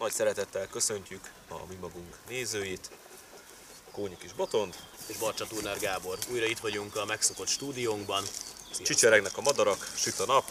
Nagy szeretettel köszöntjük a mi magunk nézőit, Kónyi Kis Botond és Barcsa Turner Gábor. Újra itt vagyunk a megszokott stúdiónkban. Csicseregnek a madarak, süt a nap,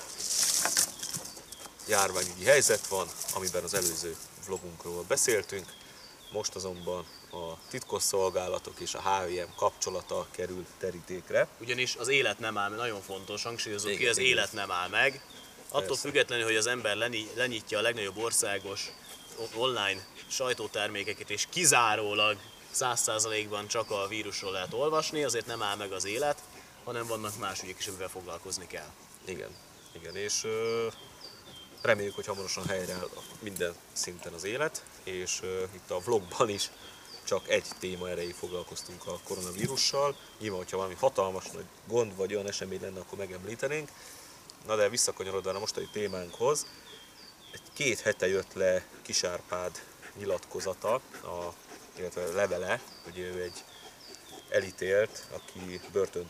járványügyi helyzet van, amiben az előző vlogunkról beszéltünk. Most azonban a titkosszolgálatok és a HVM kapcsolata kerül terítékre. Ugyanis az élet nem áll meg, nagyon fontos, hangsúlyozok ki, Igen, az igen. élet nem áll meg. Attól Persze. függetlenül, hogy az ember lenyitja a legnagyobb országos online sajtótermékeket, és kizárólag 100%-ban csak a vírusról lehet olvasni, azért nem áll meg az élet, hanem vannak más ügyek is, amivel foglalkozni kell. Igen, és reméljük, hogy hamarosan helyreáll minden szinten az élet, és itt a vlogban is csak egy téma erejéig foglalkoztunk a koronavírussal. Nyilván, hogyha valami hatalmas nagy gond vagy olyan esemény lenne, akkor megemlítenénk. Na de visszakanyarodva a mostani témánkhoz, két hete jött le Kis Árpád nyilatkozata, illetve levele, hogy ő egy elítélt, aki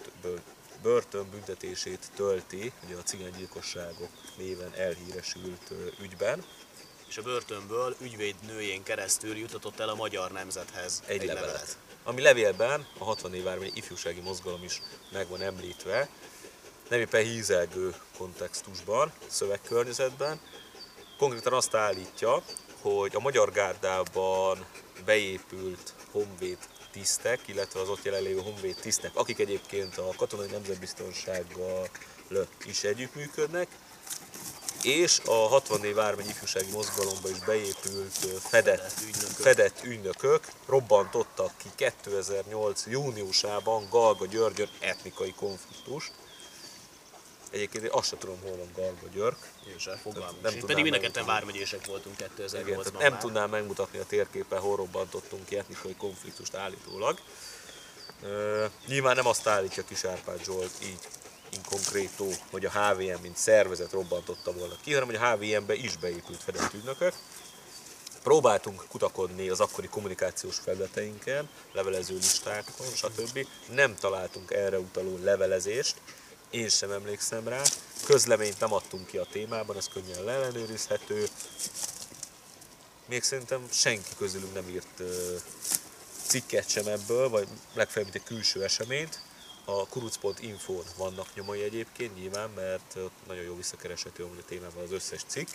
börtönbüntetését tölti, ugye a cigánygyilkosságok néven elhíresült ügyben. És a börtönből ügyvédnőjén keresztül jutatott el a magyar nemzethez Egy levelet. Ami levélben a 60 év vármegye ifjúsági mozgalom is meg van említve, nem éppen hízelgő kontextusban, szövegkörnyezetben. Konkrétan azt állítja, hogy a Magyar Gárdában beépült honvéd tisztek, illetve az ott jelenlévő honvéd tisztek, akik egyébként a katonai nemzetbiztonsággal is együttműködnek, és a 60 év vármegye ifjúsági mozgalomba is beépült fedett ügynökök robbantottak ki 2008. júniusában Galga Györgyön etnikai konfliktust. Egyébként én azt sem tudom, hol van Galga György. Én sem, fogalmam Nem sincs. tudnám Pedig mind a ketten megmutani. vármegyések voltunk 2008-ban Nem már. tudnám megmutatni a térképen, hol robbantottunk ki etnikai konfliktust állítólag. Nyilván nem azt állítja Kis Árpád Zsolt így in concreto, hogy a HVM mint szervezet robbantotta volna ki, hanem hogy a HVM-be is beépült fedett ügynökök. Próbáltunk kutakodni az akkori kommunikációs felületeinken, levelező listákon, stb. Nem találtunk erre utaló levelezést, én sem emlékszem rá. Közleményt nem adtunk ki a témában, ez könnyen leellenőrizhető. Még szerintem senki közülünk nem írt cikket sem ebből, vagy legfeljebb egy külső eseményt. A kuruc.info-n vannak nyomai egyébként nyilván, mert ott nagyon jó visszakereshető a témában az összes cikk.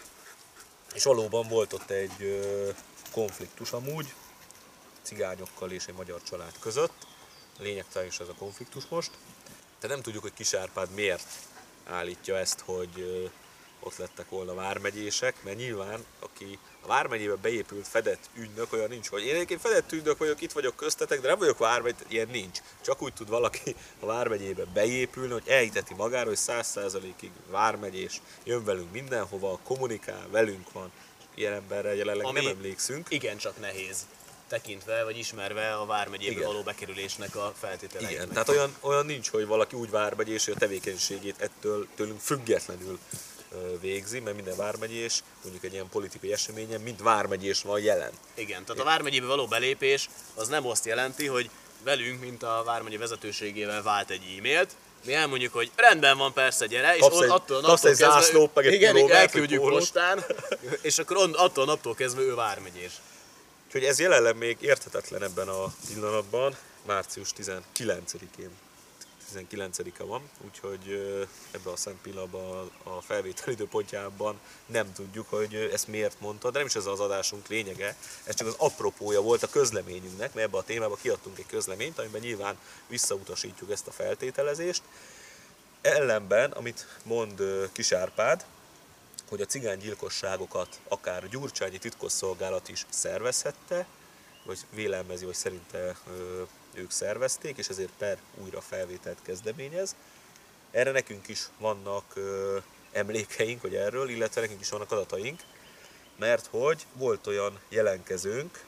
És valóban volt ott egy konfliktus amúgy, cigányokkal és egy magyar család között. Lényegtelen is ez a konfliktus most. De nem tudjuk, hogy Kis Árpád miért állítja ezt, hogy ott lettek volna vármegyések, mert nyilván, aki a vármegyébe beépült fedett ügynök, olyan nincs, hogy én egyébként fedett ügynök vagyok, itt vagyok köztetek, de nem vagyok vármegy, ilyen nincs. Csak úgy tud valaki a vármegyébe beépülni, hogy elhiteti magára, hogy 100%-ig vármegyés, jön velünk mindenhova, kommunikál, velünk van. Ilyen emberre jelenleg nem emlékszünk. Igencsak nehéz tekintve, vagy ismerve a vármegyébe való bekerülésnek a feltételeit. Igen, tehát olyan nincs, hogy valaki úgy vármegyés, hogy a tevékenységét tőlünk függetlenül végzi, mert minden vármegyés, mondjuk egy ilyen politikai eseményen, mind vármegyés van jelen. Igen, tehát a vármegyébe való belépés az nem azt jelenti, hogy velünk, mint a vármegye vezetőségével vált egy e-mailt, mi elmondjuk, hogy rendben van, persze, gyere, és kapsz egy zászlót, meg egy igen, elküldjük postán, és akkor attól naptól kezdve ő vármegyés. Úgyhogy ez jelenleg még érthetetlen ebben a pillanatban, március 19-én. 19-e van, úgyhogy ebben a szent pillanatban a felvétel időpontjában nem tudjuk, hogy ezt miért mondta, de nem is ez az adásunk lényege, ez csak az apropója volt a közleményünknek, mert ebbe a témába kiadtunk egy közleményt, amiben nyilván visszautasítjuk ezt a feltételezést. Ellenben, amit mond Kis Árpád, hogy a cigánygyilkosságokat akár a gyurcsányi titkosszolgálat is szervezhette, vagy vélelmezi, hogy szerinte ők szervezték, és ezért per újra felvételt kezdeményez. Erre nekünk is vannak emlékeink, hogy erről, illetve nekünk is vannak adataink, mert hogy volt olyan jelenkezőnk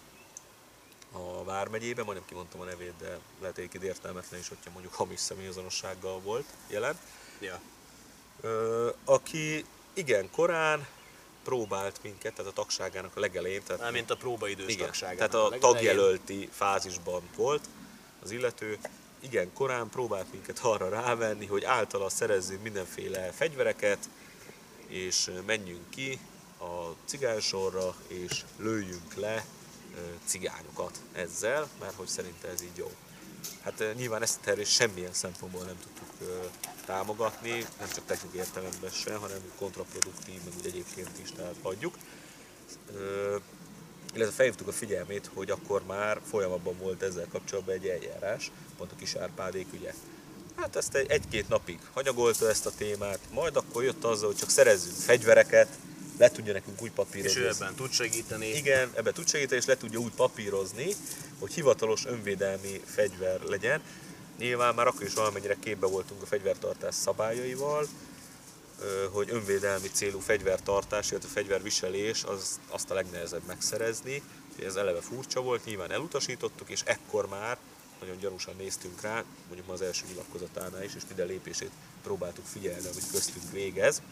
a vármegyében, majdnem kimondtam a nevét, de lehet egyébként értelmetlen is, hogyha mondjuk hamis személyazonossággal volt jelen, aki igen korán próbált minket, tehát a tagságának a legelején. Mármint a próbaidős tagságának. Tehát a tagjelölti fázisban volt az illető. Igen korán próbált minket arra rávenni, hogy általa szerezzünk mindenféle fegyvereket, és menjünk ki a cigánysorra, és lőjünk le cigányokat ezzel, mert hogy szerinte ez így jó. Hát nyilván ezt a tervést semmilyen szempontból nem tudtuk támogatni, nem csak technikai értelemben sem, hanem kontraproduktív, meg úgy egyébként is, tehát hagyjuk. Illetve felhívtuk a figyelmét, hogy akkor már folyamatban volt ezzel kapcsolatban egy eljárás, pont a Kisárpádék ügye. Hát ezt egy-két napig hanyagolta ezt a témát, majd akkor jött azzal, hogy csak szerezzünk fegyvereket, le tudja nekünk úgy papírozni. És ő ebben tud segíteni. Igen, ebben tud segíteni, és le tudja úgy papírozni, hogy hivatalos önvédelmi fegyver legyen. Nyilván már akkor is valamennyire képbe voltunk a fegyvertartás szabályaival, hogy önvédelmi célú fegyvertartás, illetve fegyverviselés az azt a legnehezebb megszerezni. Ez eleve furcsa volt, nyilván elutasítottuk, és ekkor már nagyon gyanúsan néztünk rá, mondjuk ma az első nyilatkozatánál is, és minden lépését próbáltuk figyelni, amit köztünk végez.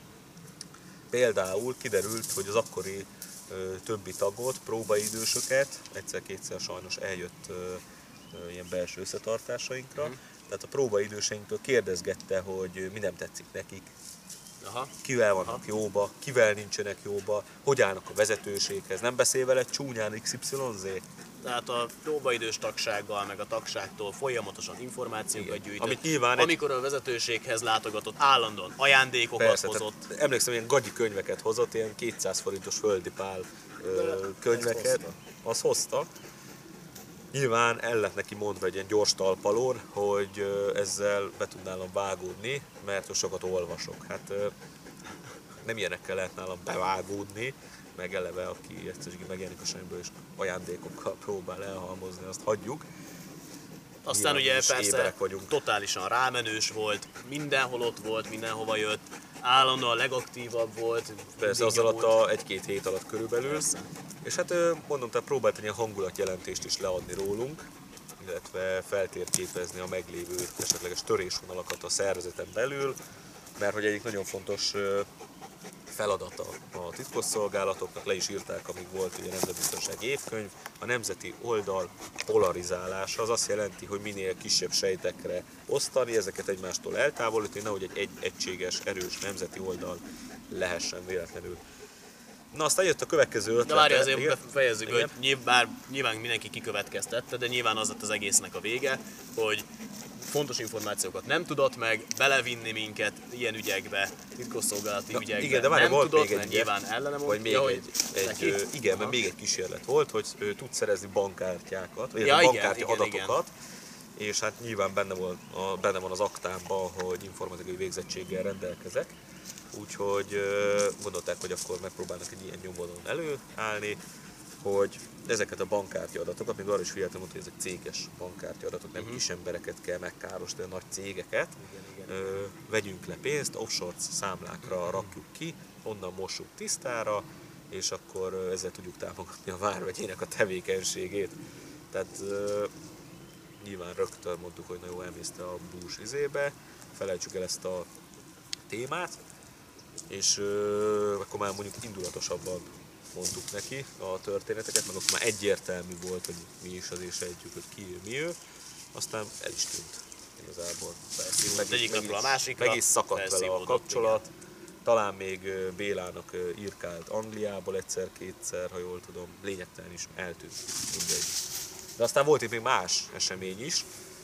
Például kiderült, hogy az akkori többi tagot, próbaidősöket, egyszer-kétszer sajnos eljött ilyen belső összetartásainkra, tehát a próbaidőseinktől kérdezgette, hogy mi nem tetszik nekik, kivel vannak jóba, kivel nincsenek jóba, hogy állnak a vezetőséghez, nem beszél vele csúnyán XYZ? Tehát a próbaidős tagsággal, meg a tagságtól folyamatosan információkat gyűjtött. Amit nyilván amikor a vezetőséghez látogatott, állandóan ajándékokat persze, hozott. Emlékszem, ilyen gagyi könyveket hozott, ilyen 200 forintos Földi Pál könyveket. Azt hozta. Nyilván el lett neki mondva egy ilyen gyors talpalón, hogy ezzel be tud nálam vágódni, mert sokat olvasok. Hát nem ilyenekkel lehet nálam bevágódni, meg eleve, aki egyszerűen megjelenik a semmiből és ajándékokkal próbál elhalmozni, azt hagyjuk. Aztán ugye persze totálisan rámenős volt, mindenhol ott volt, mindenhova jött, állandóan legaktívabb volt. Persze, az alatt a egy-két hét alatt körülbelül. Persze. És hát mondom, tehát próbált egy ilyen hangulatjelentést is leadni rólunk, illetve feltérképezni a meglévő esetleges törésvonalakat a szervezeten belül, mert hogy egyik nagyon fontos feladata a titkosszolgálatoknak, le is írták, amíg volt ugye nemzetbiztonsági évkönyv, a nemzeti oldal polarizálása, az azt jelenti, hogy minél kisebb sejtekre osztani, ezeket egymástól eltávolítani, nehogy egy egységes, erős nemzeti oldal lehessen véletlenül. Na, aztán jött a következő ötlet. De várj, azért fejezzük, hogy nyilván mindenki kikövetkeztette, de nyilván az lett az egésznek a vége, hogy fontos információkat nem tudott meg, belevinni minket ilyen ügyekbe, titkosszolgálati ügyekbe. Igen, de várj, nem volt tudott, még mert egy nyilván ellenem vagy még igen, mert még egy kísérlet volt, hogy ő tud szerezni bankkártyákat, vagy bankkártya adatokat, és hát nyilván benne van az aktámban, hogy informatikai végzettséggel rendelkezek. Úgyhogy gondolták, hogy akkor megpróbálnak egy ilyen nyomvonalon előállni, hogy ezeket a bankkártya adatokat, még arra is figyeltem, hogy ezek céges bankkártya adatok, nem kis embereket kell megkárosítani, nagy cégeket. Vegyünk le pénzt, offshore számlákra rakjuk ki, onnan mossuk tisztára, és akkor ezzel tudjuk támogatni a vármegyének a tevékenységét. Tehát nyilván rögtön mondtuk, hogy na jó, elmészte a bús izébe, felejtsük el ezt a témát, és akkor már mondjuk indulatosabban mondtuk neki a történeteket, meg akkor már egyértelmű volt, hogy mi is az, és sejtjük, hogy ki ő, mi ő. Aztán el is tűnt igazából. Egyik napról a másikra. Meg is szakadt vele a kapcsolat. Igen. Talán még Bélának írkált Angliából egyszer-kétszer, ha jól tudom, lényegtelen is eltűnt. Mindegy. De aztán volt itt még más esemény is.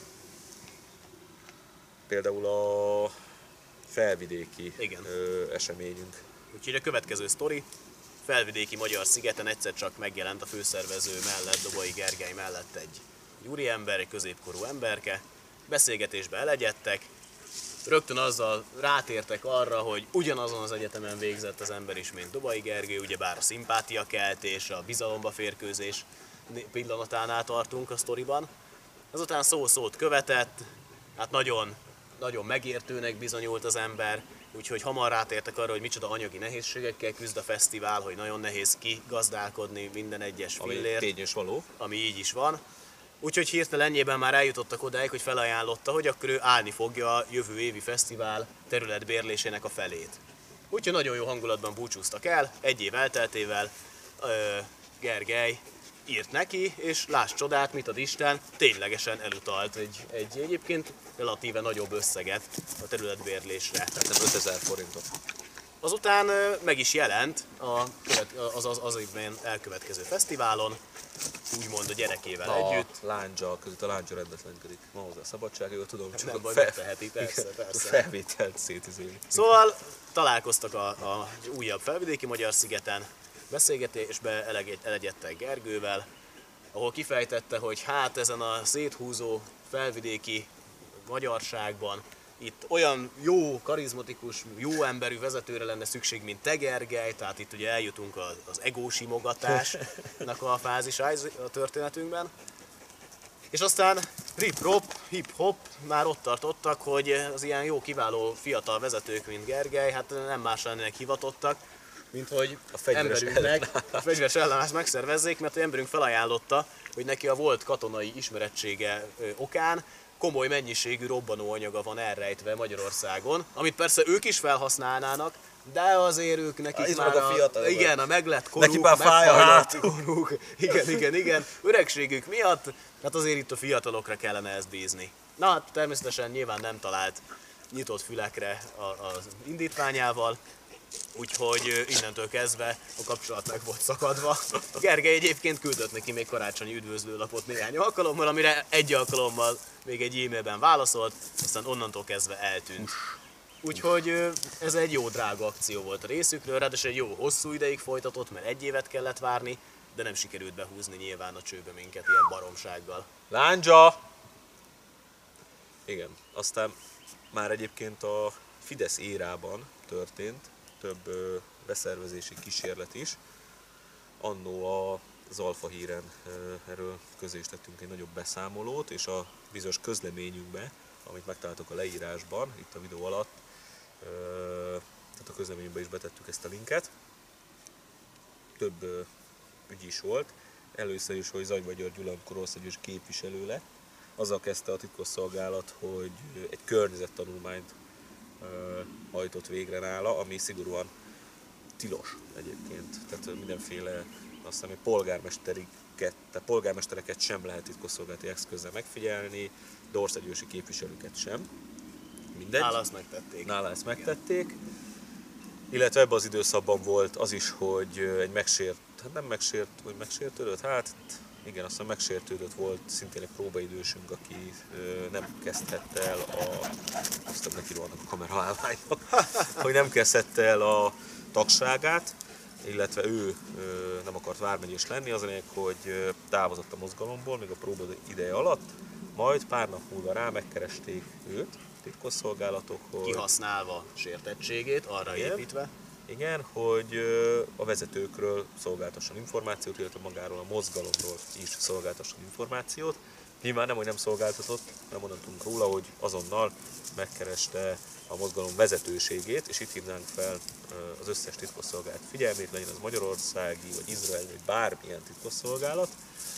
Például a felvidéki eseményünk. Úgyhogy a következő sztori. Felvidéki magyar szigeten egyszer csak megjelent a főszervező mellett, Dobai Gergely mellett egy úriember, egy középkorú emberke. Beszélgetésbe elegyedtek, rögtön azzal rátértek arra, hogy ugyanazon az egyetemen végzett az ember is, mint Dobai Gergely, ugyebár a szimpátiakeltés, a bizalomba férkőzés pillanatánál tartunk a sztoriban. Azután szó-szót követett, hát nagyon megértőnek bizonyult az ember, úgyhogy hamar rátértek arra, hogy micsoda anyagi nehézségekkel küzd a fesztivál, hogy nagyon nehéz kigazdálkodni minden egyes fillért. Ami tény és való. Ami így is van. Úgyhogy hirtelenjében már eljutottak odáig, hogy felajánlotta, hogy akkor ő állni fogja a jövő évi fesztivál területbérlésének a felét. Úgyhogy nagyon jó hangulatban búcsúztak el, egy év elteltével Gergely írt neki, és láss csodát, mit ad Isten, ténylegesen elutalt egy egyébként relatíve nagyobb összeget a területbérlésre. Tehát nem 5000 forintot. Azután meg is jelent az évben elkövetkező fesztiválon, úgymond a gyerekével együtt. Lándzsa, között a Lándzsa rendetlenkedik. Ma hozzá a szabadság, jól tudom, csak Nem a baj, megteheti, persze. felvételt szétizéli. Szóval találkoztak a újabb felvidéki magyar szigeten, beszélgetésbe elegyedtek Gergővel, ahol kifejtette, hogy hát ezen a széthúzó felvidéki magyarságban itt olyan jó, karizmatikus, jó emberű vezetőre lenne szükség, mint te, Gergely, tehát itt ugye eljutunk az egósimogatásnak a fázisához a történetünkben. És aztán rip-rop, hip-hop már ott tartottak, hogy az ilyen jó, kiváló fiatal vezetők, mint Gergely, hát nem más lennének hivatottak, mint hogy A fegyveres a fegyveres ellenállást megszervezzék, mert az emberünk felajánlotta, hogy neki a volt katonai ismerettsége okán komoly mennyiségű robbanóanyaga van elrejtve Magyarországon, amit persze ők is felhasználnának, de azért ők nekik már a meglett koruk, neki már fáj a koruk, igen, öregségük miatt, hát azért itt a fiatalokra kellene ezt bízni. Na hát természetesen nyilván nem talált nyitott fülekre az indítványával, úgyhogy innentől kezdve a kapcsolat meg volt szakadva. Gergely egyébként küldött neki még karácsonyi üdvözlőlapot néhány alkalommal, amire egy alkalommal még egy e-mailben válaszolt, aztán onnantól kezdve eltűnt. Úgyhogy ez egy jó drága akció volt a részükről, ráadásul egy jó hosszú ideig folytatott, mert 1 évet kellett várni, de nem sikerült behúzni nyilván a csőbe minket ilyen baromsággal. Lándzsa! Igen, aztán már egyébként a Fidesz érában történt több beszervezési kísérlet is. Annó az Alfa Híren erről közé is tettünk egy nagyobb beszámolót, és a bizonyos közleményünkbe, amit megtaláltok a leírásban, itt a videó alatt, tehát a közleményünkbe is betettük ezt a linket. Több ügy is volt. Először is, hogy Zagyva György Gyula, amikor országgyűlési képviselő lett, azzal kezdte a titkosszolgálat, hogy egy környezettanulmányt hajtott végre nála, ami szigorúan tilos egyébként. Tehát mindenféle, azt hiszem, polgármestereket sem lehet titkosszolgálati eszközzel megfigyelni, de országgyűlési képviselőket sem. Mindegy. Nála ezt megtették. Illetve ebben az időszakban volt az is, hogy egy megsértődött, igen, aztán megsértődött volt szintén egy próbaidősünk, aki nem kezdhette el aztán neki rohannak a kameraállványnak, hogy nem kezdhette el a tagságát, illetve ő nem akart vármegyés lenni, az lényeg, hogy távozott a mozgalomból még a próba ideje alatt, majd pár nap múlva rá megkeresték őt, titkosszolgálatok, hogy... Kihasználva sértettségét, arra építve. Igen, hogy a vezetőkről szolgáltasson információt, illetve magáról a mozgalomról is szolgáltasson információt. Nyilván nem, hogy nem szolgáltatott, nem mondhatunk róla, hogy azonnal megkereste a mozgalom vezetőségét, és itt hívnánk fel az összes titkosszolgálat figyelmét, legyen az magyarországi, vagy izraeli, vagy bármilyen titkosszolgálat,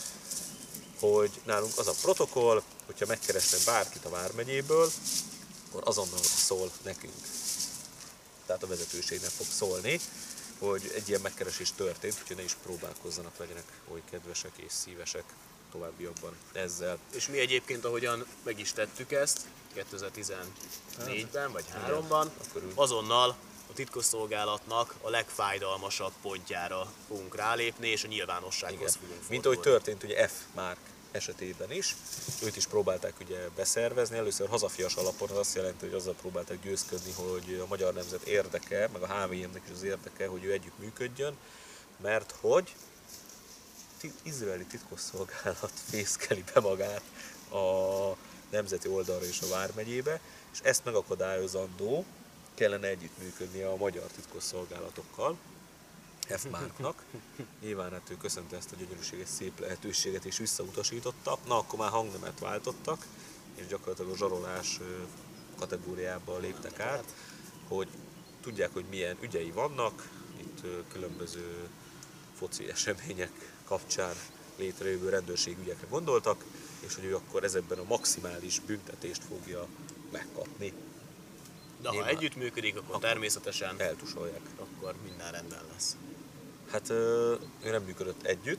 hogy nálunk az a protokoll, hogyha megkeresnek bárkit a vármegyéből, akkor azonnal szól nekünk. Tehát a vezetőségnek fog szólni, hogy egy ilyen megkeresés történt, úgyhogy ne is próbálkozzanak, legyenek oly kedvesek és szívesek továbbiakban ezzel. És mi egyébként, ahogyan meg is tettük ezt, 2014-ben vagy 2003-ban, azonnal a titkosszolgálatnak a legfájdalmasabb pontjára fogunk rálépni, és a nyilvánossághoz fogunk fordulni. Mint ahogy történt ugye F. Márk esetében is, őt is próbálták ugye beszervezni, először hazafias alapon, az azt jelenti, hogy azzal próbálták győzködni, hogy a magyar nemzet érdeke, meg a HVM-nek is az érdeke, hogy ő együtt működjön, mert hogy izraeli titkosszolgálat fészkeli be magát a nemzeti oldalra és a vármegyébe, és ezt megakadályozandó kellene együttműködnie a magyar titkosszolgálatokkal, F. Márknak. Nyilván hát ő köszönte ezt a gyönyörűséges, szép lehetőséget és visszautasította. Na, akkor már hangnemet váltottak, és gyakorlatilag a zsarolás kategóriába léptek át, hogy tudják, hogy milyen ügyei vannak, itt különböző foci események kapcsán létrejövő rendőrségügyekre gondoltak, és hogy ő akkor ezekben a maximális büntetést fogja megkapni. De ha együttműködik, akkor természetesen eltusolják. Akkor minden rendben lesz. Hát ő nem működött együtt,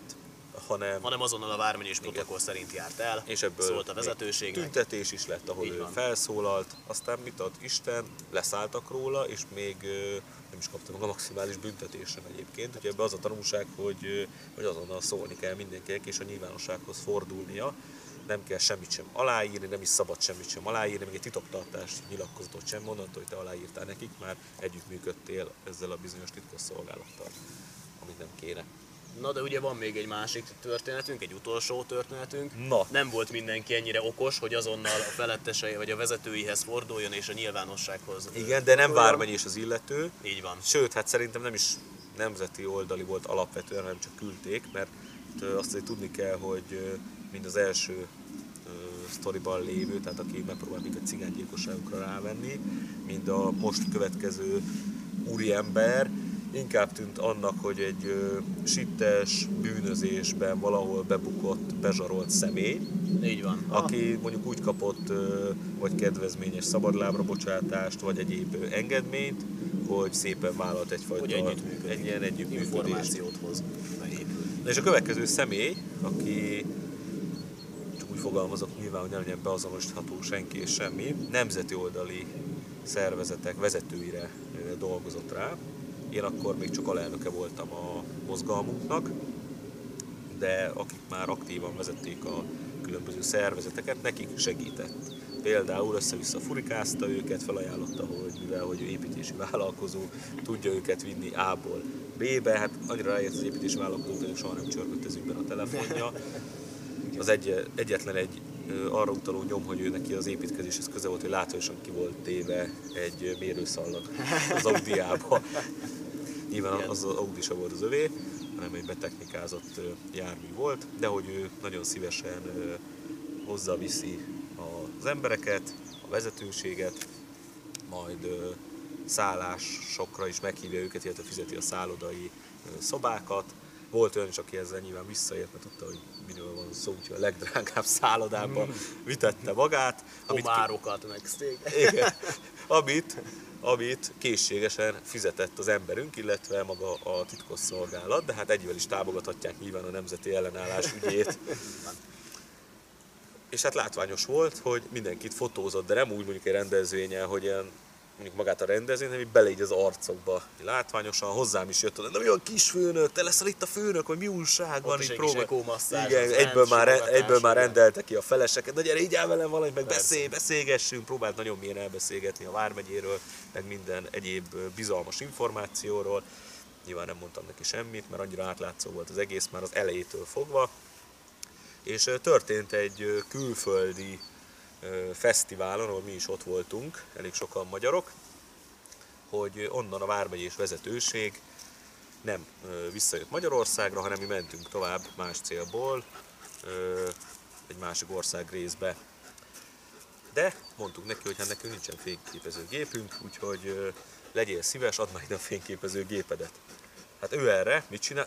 hanem azonnal a vármegyés protokoll szerint járt el, és ebből szólt a vezetőségnek. Tüntetés is lett, ahol ő felszólalt, aztán mit ad Isten, leszálltak róla, és még nem is kapta meg a maximális büntetést sem egyébként. Úgyhogy ebben az a tanulság, hogy azonnal szólni kell mindenkinek, és a nyilvánossághoz fordulnia. Nem kell semmit sem aláírni, nem is szabad semmit sem aláírni, még egy titoktartási nyilatkozatot sem mondott, hogy te aláírtál nekik, már együttműködtél ezzel a bizonyos titkosszolgálattal, amit nem kéne. Na de ugye van még egy másik történetünk, egy utolsó történetünk. Na. Nem volt mindenki ennyire okos, hogy azonnal a felettesei vagy a vezetőihez forduljon és a nyilvánossághoz. Igen, de nem vármegyés az illető. Így van. Sőt, hát szerintem nem is nemzeti oldali volt alapvetően, hanem csak küldték, mert azt azért tudni kell, hogy mind az első sztoriban lévő, tehát aki megpróbál minket cigánygyilkosságukra rávenni, mind a most következő úriember, inkább tűnt annak, hogy egy sittes bűnözésben valahol bebukott, bezsarolt személy, így van. aki mondjuk úgy kapott vagy kedvezményes szabadlábra bocsátást, vagy egyéb engedményt, hogy szépen vállalt egyfajta egy ilyen együttműködést. Információt hoz. És a következő személy, aki csak úgy fogalmazok nyilván, hogy ne legyen beazonosítható senki és semmi, nemzeti oldali szervezetek vezetőire dolgozott rá. Én akkor még csak alelnöke voltam a mozgalmunknak, de akik már aktívan vezették a különböző szervezeteket, nekik segített. Például össze-vissza furikázta őket, felajánlotta, hogy mivel hogy ő építési vállalkozó, tudja őket vinni A-ból B-be. Hát annyira ráért az építési vállalkozó, hogy soha nem csörgött ez ügyben a telefonja. Az egyetlen egy arra utaló nyom, hogy ő neki az építkezéshez köze volt, hogy látványosan ki volt téve egy mérőszallag az Audiába. Nyilván az Audi sem volt az övé, hanem egy betechnikázott jármű volt, de hogy ő nagyon szívesen hozzáviszi az embereket, a vezetőséget, majd szállásokra is meghívja őket, illetve fizeti a szállodai szobákat. Volt olyan is, aki ezzel nyilván visszaért, mert tudta, hogy miről van szó, úgyhogy a legdrágább szállodában vitette magát. Homárokat meg steak. Igen, amit készségesen fizetett az emberünk, illetve maga a titkosszolgálat, de hát egyvel is támogathatják nyilván a nemzeti ellenállás ügyét. És hát látványos volt, hogy mindenkit fotózott, de nem úgy mondjuk egy rendezvényen, hogy ilyen mondjuk magát a rendezvényt, hanem bele így az arcokba. Látványosan hozzám is jött oda, de mi a kis főnök, te leszel itt a főnök, vagy mi újság van, így próbál. Igen, egyből már rendelte ki a feleseket, de gyere, így áll velem valamit, meg beszélgessünk, próbált nagyon mélyen elbeszélgetni a vármegyéről, meg minden egyéb bizalmas információról. Nyilván nem mondtam neki semmit, mert annyira átlátszó volt az egész már az elejétől fogva. És történt egy külföldi fesztiválon, ahol mi is ott voltunk, elég sokan magyarok, hogy onnan a vármegyés vezetőség nem visszajött Magyarországra, hanem mi mentünk tovább más célból, egy másik ország részbe. De mondtuk neki, hogy hát nekünk nincsen fényképezőgépünk, úgyhogy legyél szíves, add már ide a fényképezőgépedet. Hát ő erre mit csinál?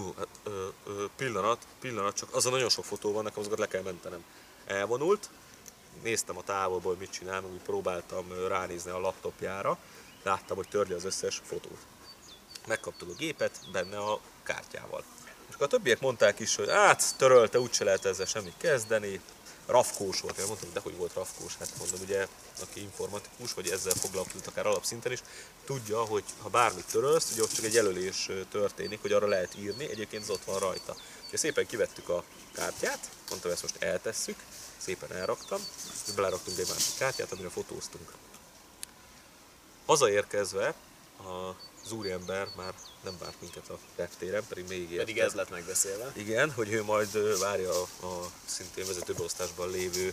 Pillanat, csak azon nagyon sok fotó van, nekem azokat le kell mentenem. Elvonult, néztem a távolból, hogy mit csinál, úgy próbáltam ránézni a laptopjára, láttam, hogy törli az összes fotót. Megkaptuk a gépet, benne a kártyával. És akkor a többiek mondták is, hogy hát törölte, úgyse lehet ezzel semmit kezdeni. Rafkós volt, én mondtam, de hogy volt rafkós, hát mondom, ugye, aki informatikus, vagy ezzel foglalkozott akár alapszinten is, tudja, hogy ha bármit törölsz, ugye ott csak egy jelölés történik, hogy arra lehet írni, egyébként az ott van rajta. Úgyhogy szépen kivettük a kártyát, mondtam, ezt most eltesszük, szépen elraktam, és beleraktunk egy másik kártyát, amire fotóztunk. Hazaérkezve az úriember már nem várt minket a reptéren, pedig még érte. Pedig ez lett megbeszélve. Igen, hogy ő majd várja a szintén vezetőbeosztásban lévő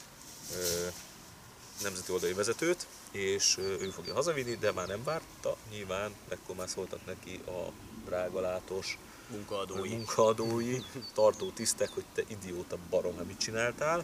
nemzeti oldali vezetőt, és ő fogja hazavinni, de már nem várta, nyilván, ekkor már szóltak neki a drágalátos munkaadói, tartó tisztek, hogy te idióta barom, hát mit csináltál.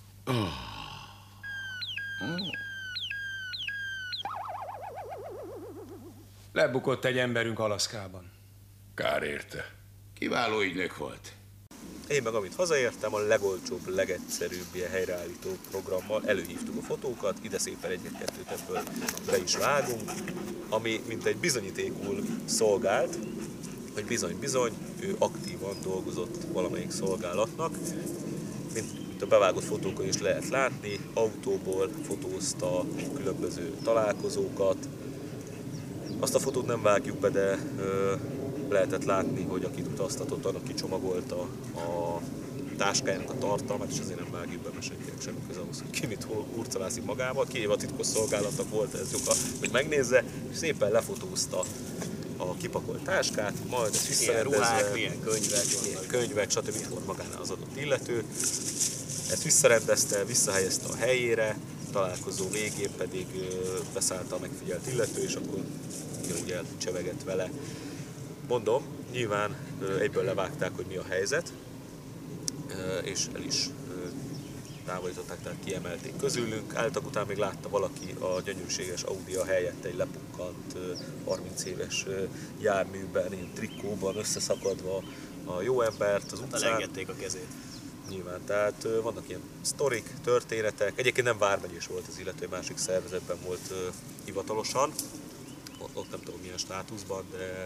Lebukott egy emberünk Alaszkában. Kár érte. Kiváló ügynök volt. Én meg amit hazaértem, a legolcsóbb, legegyszerűbb ilyen helyreállító programmal előhívtuk a fotókat, ide szépen egy-kettőt ebből be is vágunk, ami mint egy bizonyítékul szolgált, hogy bizony, ő aktívan dolgozott valamelyik szolgálatnak, mint a bevágott fotókon is lehet látni, autóból fotózta különböző találkozókat. Azt a fotót nem vágjuk be, de lehetett látni, hogy akit utaztatott, annak kicsomagolta a táskájának a tartalmát, és azért nem vágjuk be, mert senkinek semmi köze ahhoz, hogy ki mit hurcolászik magával. Kivéve a titkos szolgálatnak volt ez joga, hogy megnézze, és szépen lefotózta a kipakolt táskát, majd ezt visszarendezve, ruhák, milyen könyvek, stb. Mit volt magánál az adott illető. Ezt visszarendezte, visszahelyezte a helyére, találkozó végén pedig beszállt a megfigyelt illető, és akkor ugyanúgy elcsevegett vele. Mondom, nyilván egyből levágták, hogy mi a helyzet, és el is távolították, tehát kiemelték közülünk. Álltak után még látta valaki a gyönyörűséges Audi-a helyett egy lepukkant 30 éves járműben, ilyen trikóban összeszakadva a jó embert az utcán. Elengedték a kezét. Nyilván, tehát vannak ilyen sztorik, történetek. Egyébként nem vármegyés volt az illető, másik szervezetben volt hivatalosan. Ott nem tudom milyen státuszban, de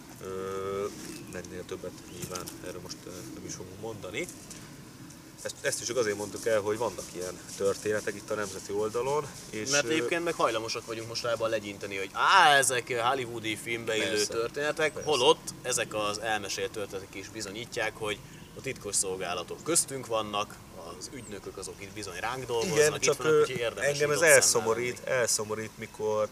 ennél többet nyilván erről most nem is fogunk mondani. Ezt is csak azért mondtuk el, hogy vannak ilyen történetek itt a nemzeti oldalon. És mert egyébként meg hajlamosak vagyunk mostában legyinteni, hogy ezek hollywoodi filmbe illő történetek, persze. holott ezek az elmesélt történetek is bizonyítják, hogy a titkos szolgálatok köztünk vannak, az ügynökök azok itt bizony ránk dolgoznak. Igen, itt csak vannak, úgyhogy érdemes engem ez elszomorít, mikor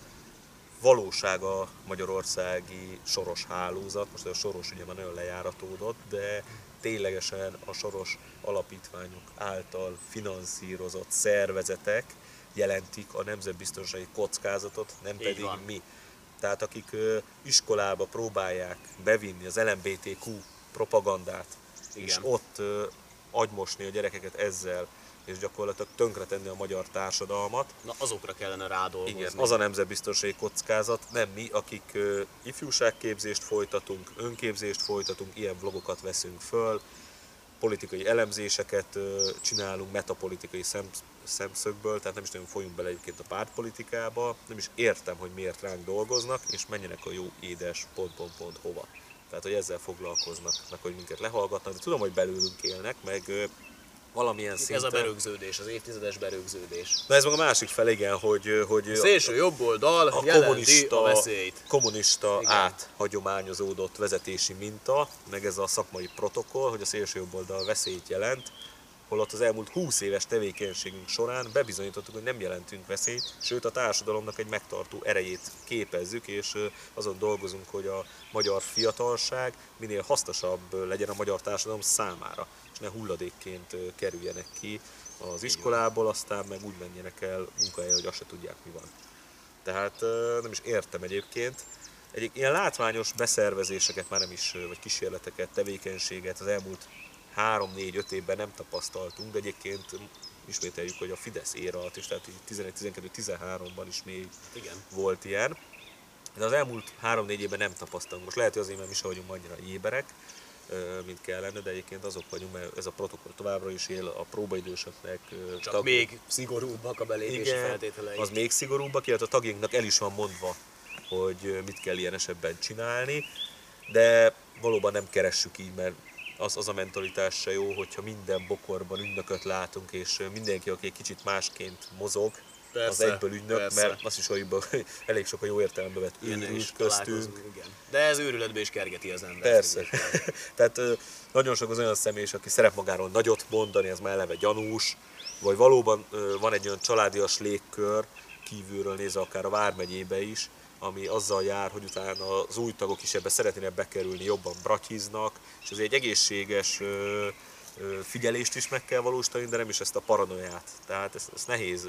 valóság a magyarországi Soros hálózat, most a Soros ugye már nagyon lejáratódott, de ténylegesen a Soros alapítványok által finanszírozott szervezetek jelentik a nemzetbiztonsági kockázatot, nem Így pedig van. mi. Tehát akik iskolába próbálják bevinni az LMBTQ propagandát, Igen. és ott agymosni a gyerekeket ezzel, és gyakorlatilag tönkretenni a magyar társadalmat. Na, azokra kellene rádolgozni. Igen, az a nemzetbiztonsági kockázat, nem mi, akik ifjúságképzést folytatunk, önképzést folytatunk, ilyen vlogokat veszünk föl, politikai elemzéseket csinálunk metapolitikai szemszögből, tehát nem is nagyon folyunk bele egyébként a pártpolitikába, nem is értem, hogy miért ránk dolgoznak, és menjenek a jó édes ... hova. Tehát, hogy ezzel foglalkoznak, meg hogy minket lehallgatnak, de tudom, hogy belőlünk élnek, meg valamilyen szinten. Ez a berögződés, az évtizedes berögződés. Na ez meg a másik fel, igen, hogy A szélső jobboldal a jelenti a veszélyt. kommunista Igen. áthagyományozódott vezetési minta, meg ez a szakmai protokoll, hogy a szélső jobboldal veszélyt jelent, holott az elmúlt 20 éves tevékenységünk során bebizonyítottuk, hogy nem jelentünk veszélyt, sőt a társadalomnak egy megtartó erejét képezzük, és azon dolgozunk, hogy a magyar fiatalság minél hasznosabb legyen a magyar társadalom számára, és ne hulladékként kerüljenek ki az iskolából, aztán meg úgy menjenek el munkahelyre, hogy azt se tudják, mi van. Tehát nem is értem egyébként. Ilyen látványos beszervezéseket már nem is, vagy kísérleteket, tevékenységet az elmúlt 3-4-5 évben nem tapasztaltunk, de egyébként ismételjük, hogy a Fidesz éra alatt is, tehát 11-12-13-ban is még Igen. volt ilyen. De az elmúlt 3-4 évben nem tapasztalunk. Most lehet, hogy azért, mert mi sem vagyunk annyira éberek, mint kellene, de egyébként azok vagyunk, mert ez a protokoll továbbra is él, a próbaidősöknek. Csak még szigorúbbak a belépési feltételei. Az még szigorúbbak, illetve a tagjainknak el is van mondva, hogy mit kell ilyen esetben csinálni, de valóban nem keressük így, mert az a mentalitás se jó, hogyha minden bokorban ügynököt látunk, és mindenki, aki egy kicsit másként mozog, Persze, az egyből ügynök, persze. mert azt is, hogy elég sok a jó értelembe vett Ilyennel is őrült köztünk. találkozunk, igen. De ez őrületbe is kergeti az embert. Persze. Tehát nagyon sok az olyan személy, aki szeret magáról nagyot mondani, ez már eleve gyanús, vagy valóban van egy olyan családias légkör, kívülről nézve akár a Vármegyébe is, ami azzal jár, hogy utána az új tagok is ebbe szeretnének bekerülni, jobban bratyiznak, és ez egy egészséges figyelést is meg kell valósítani, de nem is ezt a paranoiát. Tehát ezt nehéz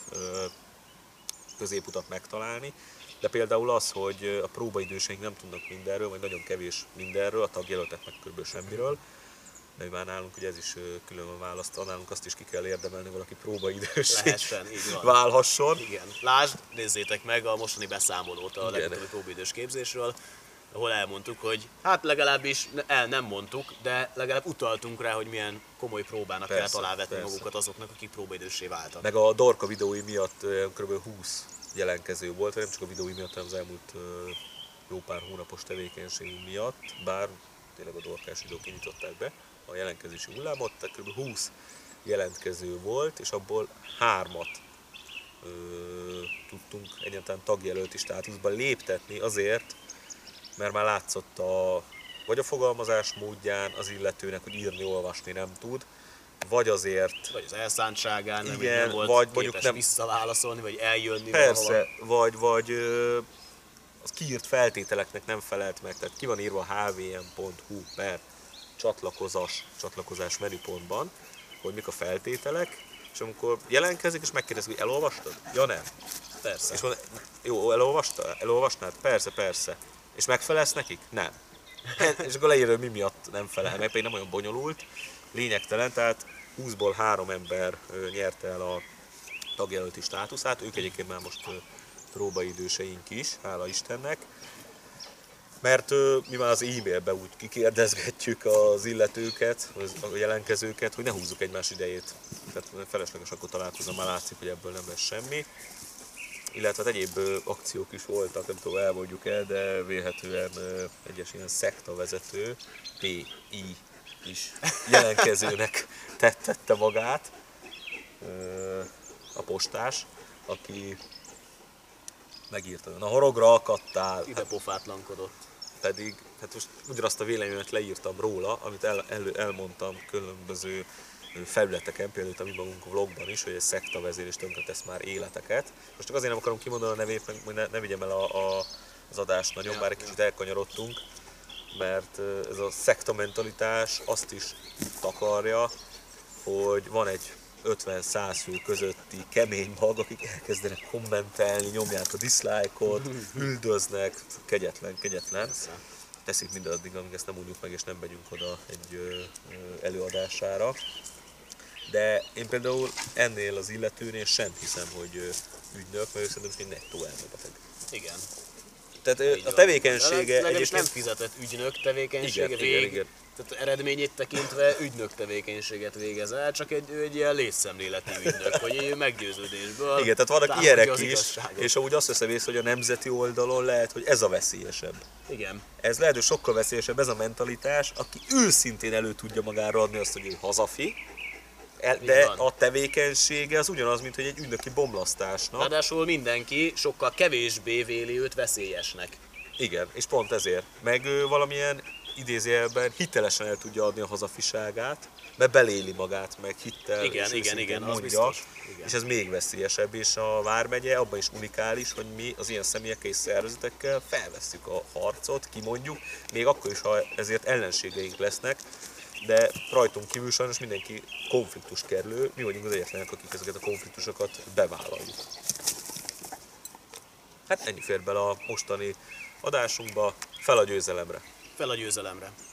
középutat megtalálni. De például az, hogy a próbaidőseink nem tudnak mindenről, vagy nagyon kevés mindenről, a tagjelöltek meg kb. Semmiről. De már nálunk ugye ez is külön van választva, nálunk azt is ki kell érdemelni, valaki próbaidős Lehessen, így van. válhasson. Igen. Lásd, nézzétek meg a mostani beszámolót a legutóbbi próbaidős képzésről, ahol elmondtuk, hogy hát legalábbis nem mondtuk, de legalább utaltunk rá, hogy milyen komoly próbának Persze, kell alávetni persze. magukat azoknak, akik próbaidőssé váltak. Meg a Dorka videói miatt kb. 20 jelentkező volt, vagy nem csak a videói miatt, hanem az elmúlt jó pár hónapos tevékenységünk miatt, bár tényleg a dorkás idők kinyitották be a jelentkezési hullámot, tehát kb. 20 jelentkező volt, és abból 3-at tudtunk egyáltalán tagjelölti státuszba léptetni azért, mert már látszott vagy a fogalmazás módján az illetőnek, hogy írni, olvasni nem tud, vagy azért... Vagy az elszántságán, igen, nem volt vagy képes mondjuk nem visszaválaszolni, vagy eljönni persze, valahova. vagy az kiírt feltételeknek nem felelt meg, tehát ki van írva hvm.hu per csatlakozás menüpontban, hogy mik a feltételek, és amikor jelentkezik, és megkérdezik, hogy elolvastad? Ja, nem. Persze. És mondja, jó, elolvasnád? Persze. És megfelelsz nekik? Nem. És akkor leírja, hogy mi miatt nem felel meg, pedig nem olyan bonyolult, lényegtelen, tehát 20-ból 3 ember nyerte el a tagjelölti státuszát, ők egyébként már most próbaidőseink is, hála Istennek, mert mi már az e-mailbe úgy kikérdezgetjük az illetőket, a jelentkezőket, hogy ne húzzuk egymás idejét. Tehát felesleges, akkor találkozom, már látszik, hogy ebből nem lesz semmi. Illetve egyéb akciók is voltak, nem tudom, elmondjuk el, de vélhetően egyes ilyen szektavezető, PI is jelentkezőnek tette magát, a postás, aki megírta, na horogra akadtál. Ide pofátlankodott. Pedig, hát most ugyanazt a véleményet leírtam róla, amit elmondtam különböző felületeken, például a mi magunk vlogban is, hogy egy szektavezér is tönkretesz már életeket. Most csak azért nem akarom kimondani a nevét, meg ne vigyem el az adást nagyon, bár egy kicsit elkanyarodtunk, mert ez a szektamentalitás azt is takarja, hogy van egy 50-100 fő közötti kemény mag, akik elkezdenek kommentelni, nyomják a dislike-ot, üldöznek, kegyetlen. Teszik mindaddig, amíg ezt nem mondjuk meg, és nem megyünk oda egy előadására. De én például ennél az illetőnél sem hiszem, hogy ügynök, mert szerintem egy nettó elmebeteg. Igen. Tehát a tevékenysége legalábbis nem fizetett ügynök tevékenysége, igen. Tehát eredményét tekintve ügynök tevékenységet végez el, csak egy ilyen létszemléleti ügynök, hogy ő meggyőződésből. Igen, tehát vannak támadja ilyenek az is, igazságot. és ahogy azt veszem észre, hogy a nemzeti oldalon lehet, hogy ez a veszélyesebb. Igen. Ez lehet, hogy sokkal veszélyesebb ez a mentalitás, aki őszintén elő tudja magára adni azt, hogy ő hazafi, de a tevékenysége az ugyanaz, mint hogy egy ügynöki bomlasztásnak. Ráadásul mindenki sokkal kevésbé véli őt veszélyesnek. Igen, és pont ezért. Meg ő valamilyen idézőjelben hitelesen el tudja adni a hazafiságát, mert beléli magát, meg hittel, Igen, és igen, őszintén az mondja, biztos. Igen. és ez még veszélyesebb, és a Vármegye abban is unikális, hogy mi az ilyen személyekkel és szervezetekkel felvesszük a harcot, kimondjuk, még akkor is, ha ezért ellenségeink lesznek, de rajtunk kívül sajnos mindenki konfliktuskerülő, mi vagyunk az egyetlenek, akik ezeket a konfliktusokat bevállaljuk. Hát ennyi fér bele a mostani adásunkba, fel a győzelemre! Fel a győzelemre!